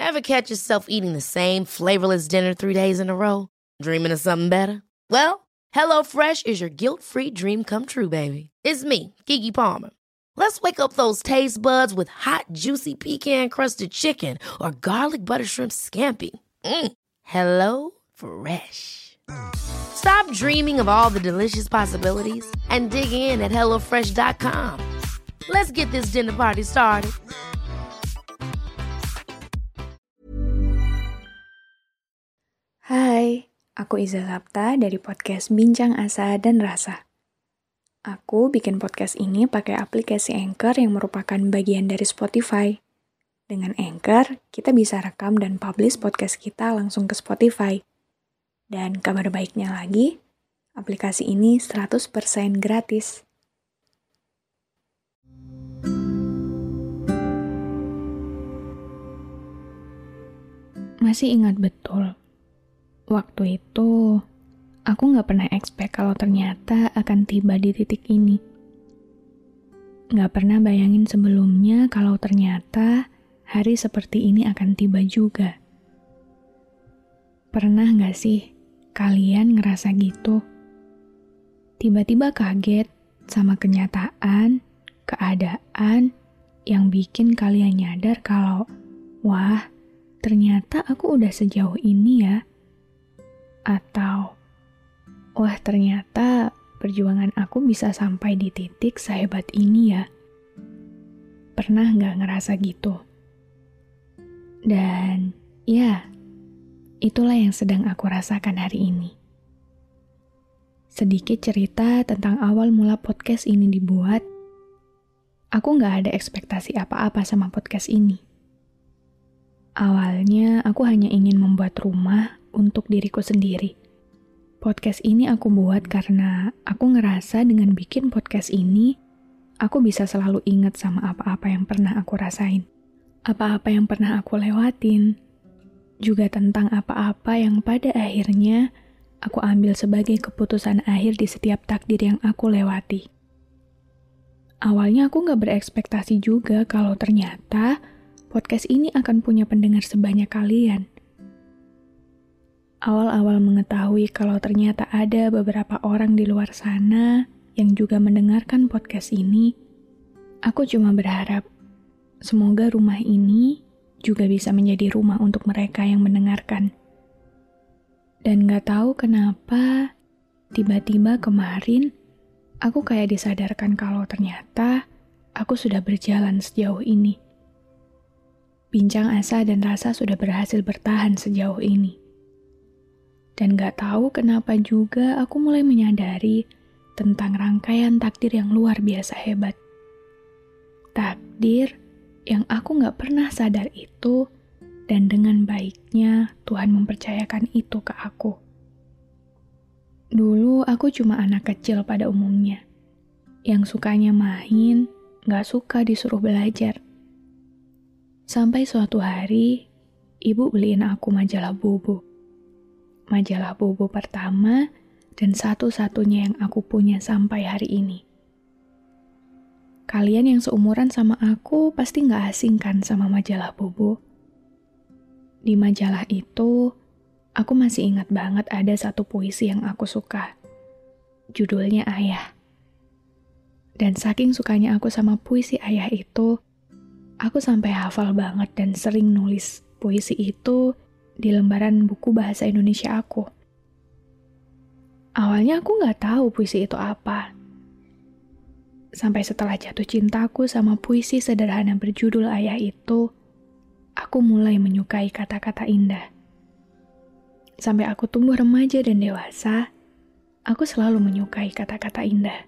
Ever catch yourself eating the same flavorless dinner 3 days in a row? Dreaming of something better? Well, HelloFresh is your guilt-free dream come true, baby. It's me, Keke Palmer. Let's wake up those taste buds with hot, juicy pecan-crusted chicken or garlic butter shrimp scampi. Hello Fresh. Stop dreaming of all the delicious possibilities and dig in at HelloFresh.com. Let's get this dinner party started. Hai, aku Iza Sapta dari podcast Bincang Asa dan Rasa. Aku bikin podcast ini pakai aplikasi Anchor yang merupakan bagian dari Spotify. Dengan Anchor, kita bisa rekam dan publish podcast kita langsung ke Spotify. Dan kabar baiknya lagi, aplikasi ini 100% gratis. Masih ingat betul, waktu itu, aku gak pernah expect kalau ternyata akan tiba di titik ini. Gak pernah bayangin sebelumnya kalau ternyata hari seperti ini akan tiba juga. Pernah gak sih kalian ngerasa gitu? Tiba-tiba kaget sama kenyataan, keadaan yang bikin kalian nyadar kalau, wah, ternyata aku udah sejauh ini ya. Atau, wah ternyata perjuangan aku bisa sampai di titik sehebat ini ya. Pernah gak ngerasa gitu? Dan ya, itulah yang sedang aku rasakan hari ini. Sedikit cerita tentang awal mula podcast ini dibuat. Aku gak ada ekspektasi apa-apa sama podcast ini. Awalnya aku hanya ingin membuat rumah untuk diriku sendiri. Podcast ini aku buat karena aku ngerasa dengan bikin podcast ini, aku bisa selalu ingat sama apa-apa yang pernah aku rasain. Apa-apa yang pernah aku lewatin. Juga tentang apa-apa yang pada akhirnya aku ambil sebagai keputusan akhir di setiap takdir yang aku lewati. Awalnya aku gak berekspektasi juga kalau ternyata podcast ini akan punya pendengar sebanyak kalian. Awal-awal mengetahui kalau ternyata ada beberapa orang di luar sana yang juga mendengarkan podcast ini, aku cuma berharap semoga rumah ini juga bisa menjadi rumah untuk mereka yang mendengarkan. Dan gak tahu kenapa, tiba-tiba kemarin, aku kayak disadarkan kalau ternyata aku sudah berjalan sejauh ini. Bincang Asa dan Rasa sudah berhasil bertahan sejauh ini. Dan gak tahu kenapa juga aku mulai menyadari tentang rangkaian takdir yang luar biasa hebat. Takdir yang aku gak pernah sadar itu, dan dengan baiknya Tuhan mempercayakan itu ke aku. Dulu aku cuma anak kecil pada umumnya, yang sukanya main, gak suka disuruh belajar. Sampai suatu hari, ibu beliin aku majalah Bobo. Majalah Bobo pertama dan satu-satunya yang aku punya sampai hari ini. Kalian yang seumuran sama aku pasti gak asing kan sama majalah Bobo. Di majalah itu, aku masih ingat banget ada satu puisi yang aku suka. Judulnya Ayah. Dan saking sukanya aku sama puisi Ayah itu, aku sampai hafal banget dan sering nulis puisi itu di lembaran buku bahasa Indonesia aku. Awalnya aku gak tahu puisi itu apa. Sampai setelah jatuh cintaku sama puisi sederhana berjudul Ayah itu, aku mulai menyukai kata-kata indah. Sampai aku tumbuh remaja dan dewasa, aku selalu menyukai kata-kata indah.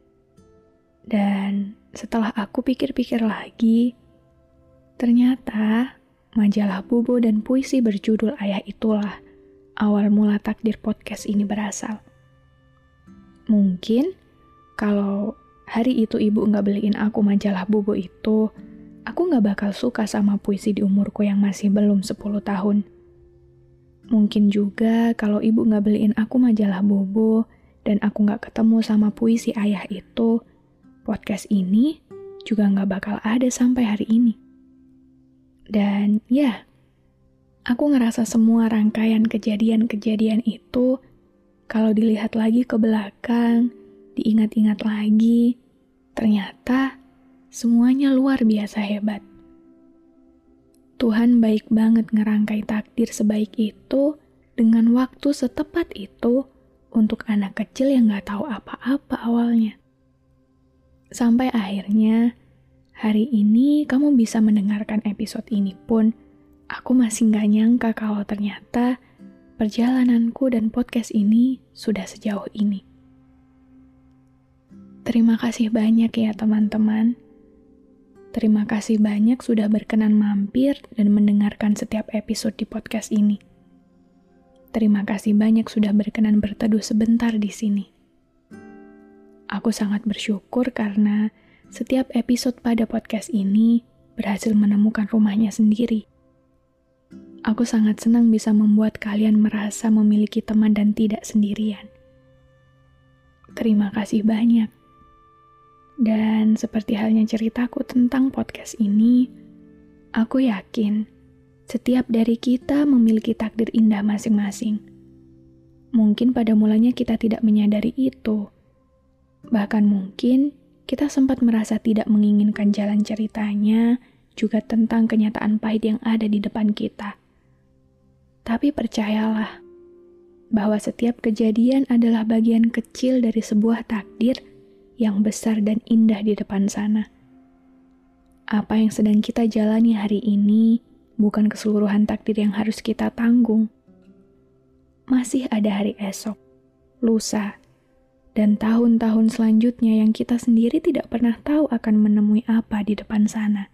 Dan setelah aku pikir-pikir lagi, ternyata majalah Bobo dan puisi berjudul Ayah itulah awal mula takdir podcast ini berasal. Mungkin kalau hari itu ibu nggak beliin aku majalah Bobo itu, aku nggak bakal suka sama puisi di umurku yang masih belum 10 tahun. Mungkin juga kalau ibu nggak beliin aku majalah Bobo dan aku nggak ketemu sama puisi Ayah itu, podcast ini juga nggak bakal ada sampai hari ini. Dan ya, Aku ngerasa semua rangkaian kejadian-kejadian itu, kalau dilihat lagi ke belakang, diingat-ingat lagi, ternyata semuanya luar biasa hebat. Tuhan baik banget ngerangkai takdir sebaik itu dengan waktu setepat itu untuk anak kecil yang gak tahu apa-apa awalnya. Sampai akhirnya, hari ini kamu bisa mendengarkan episode ini pun, aku masih gak nyangka kalau ternyata perjalananku dan podcast ini sudah sejauh ini. Terima kasih banyak ya teman-teman. Terima kasih banyak sudah berkenan mampir dan mendengarkan setiap episode di podcast ini. Terima kasih banyak sudah berkenan berteduh sebentar di sini. Aku sangat bersyukur karena setiap episode pada podcast ini berhasil menemukan rumahnya sendiri. Aku sangat senang bisa membuat kalian merasa memiliki teman dan tidak sendirian. Terima kasih banyak. Dan seperti halnya ceritaku tentang podcast ini, aku yakin setiap dari kita memiliki takdir indah masing-masing. Mungkin pada mulanya kita tidak menyadari itu. Bahkan mungkin kita sempat merasa tidak menginginkan jalan ceritanya, juga tentang kenyataan pahit yang ada di depan kita. Tapi percayalah, bahwa setiap kejadian adalah bagian kecil dari sebuah takdir yang besar dan indah di depan sana. Apa yang sedang kita jalani hari ini bukan keseluruhan takdir yang harus kita tanggung. Masih ada hari esok, lusa, dan tahun-tahun selanjutnya yang kita sendiri tidak pernah tahu akan menemui apa di depan sana.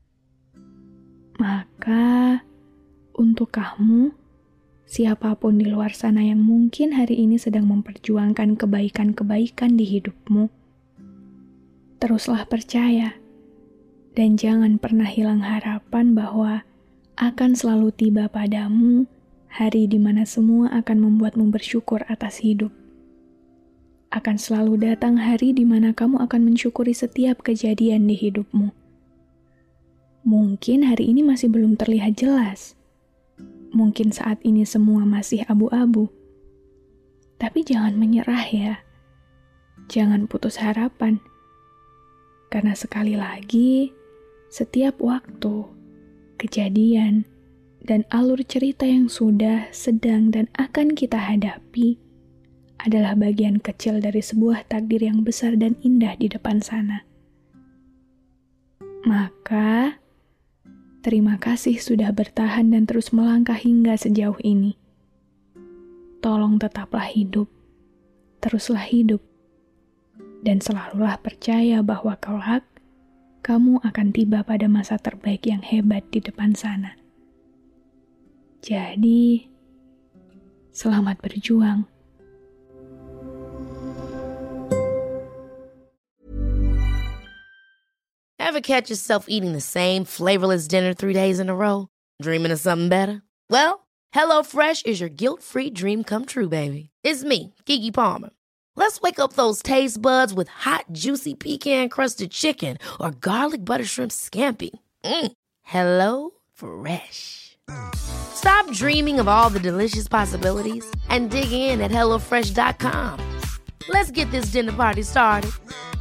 Maka, untuk kamu, siapapun di luar sana yang mungkin hari ini sedang memperjuangkan kebaikan-kebaikan di hidupmu, teruslah percaya, dan jangan pernah hilang harapan bahwa akan selalu tiba padamu hari di mana semua akan membuatmu bersyukur atas hidup. Akan selalu datang hari di mana kamu akan mensyukuri setiap kejadian di hidupmu. Mungkin hari ini masih belum terlihat jelas. Mungkin saat ini semua masih abu-abu. Tapi jangan menyerah ya. Jangan putus harapan. Karena sekali lagi, setiap waktu, kejadian, dan alur cerita yang sudah, sedang, dan akan kita hadapi adalah bagian kecil dari sebuah takdir yang besar dan indah di depan sana. Maka, terima kasih sudah bertahan dan terus melangkah hingga sejauh ini. Tolong tetaplah hidup, teruslah hidup, dan selalulah percaya bahwa kelak kamu akan tiba pada masa terbaik yang hebat di depan sana. Jadi, selamat berjuang. Ever catch yourself eating the same flavorless dinner 3 days in a row? Dreaming of something better? Well, HelloFresh is your guilt-free dream come true, baby. It's me, Keke Palmer. Let's wake up those taste buds with hot, juicy pecan-crusted chicken or garlic butter shrimp scampi. Hello Fresh. Stop dreaming of all the delicious possibilities and dig in at HelloFresh.com. Let's get this dinner party started.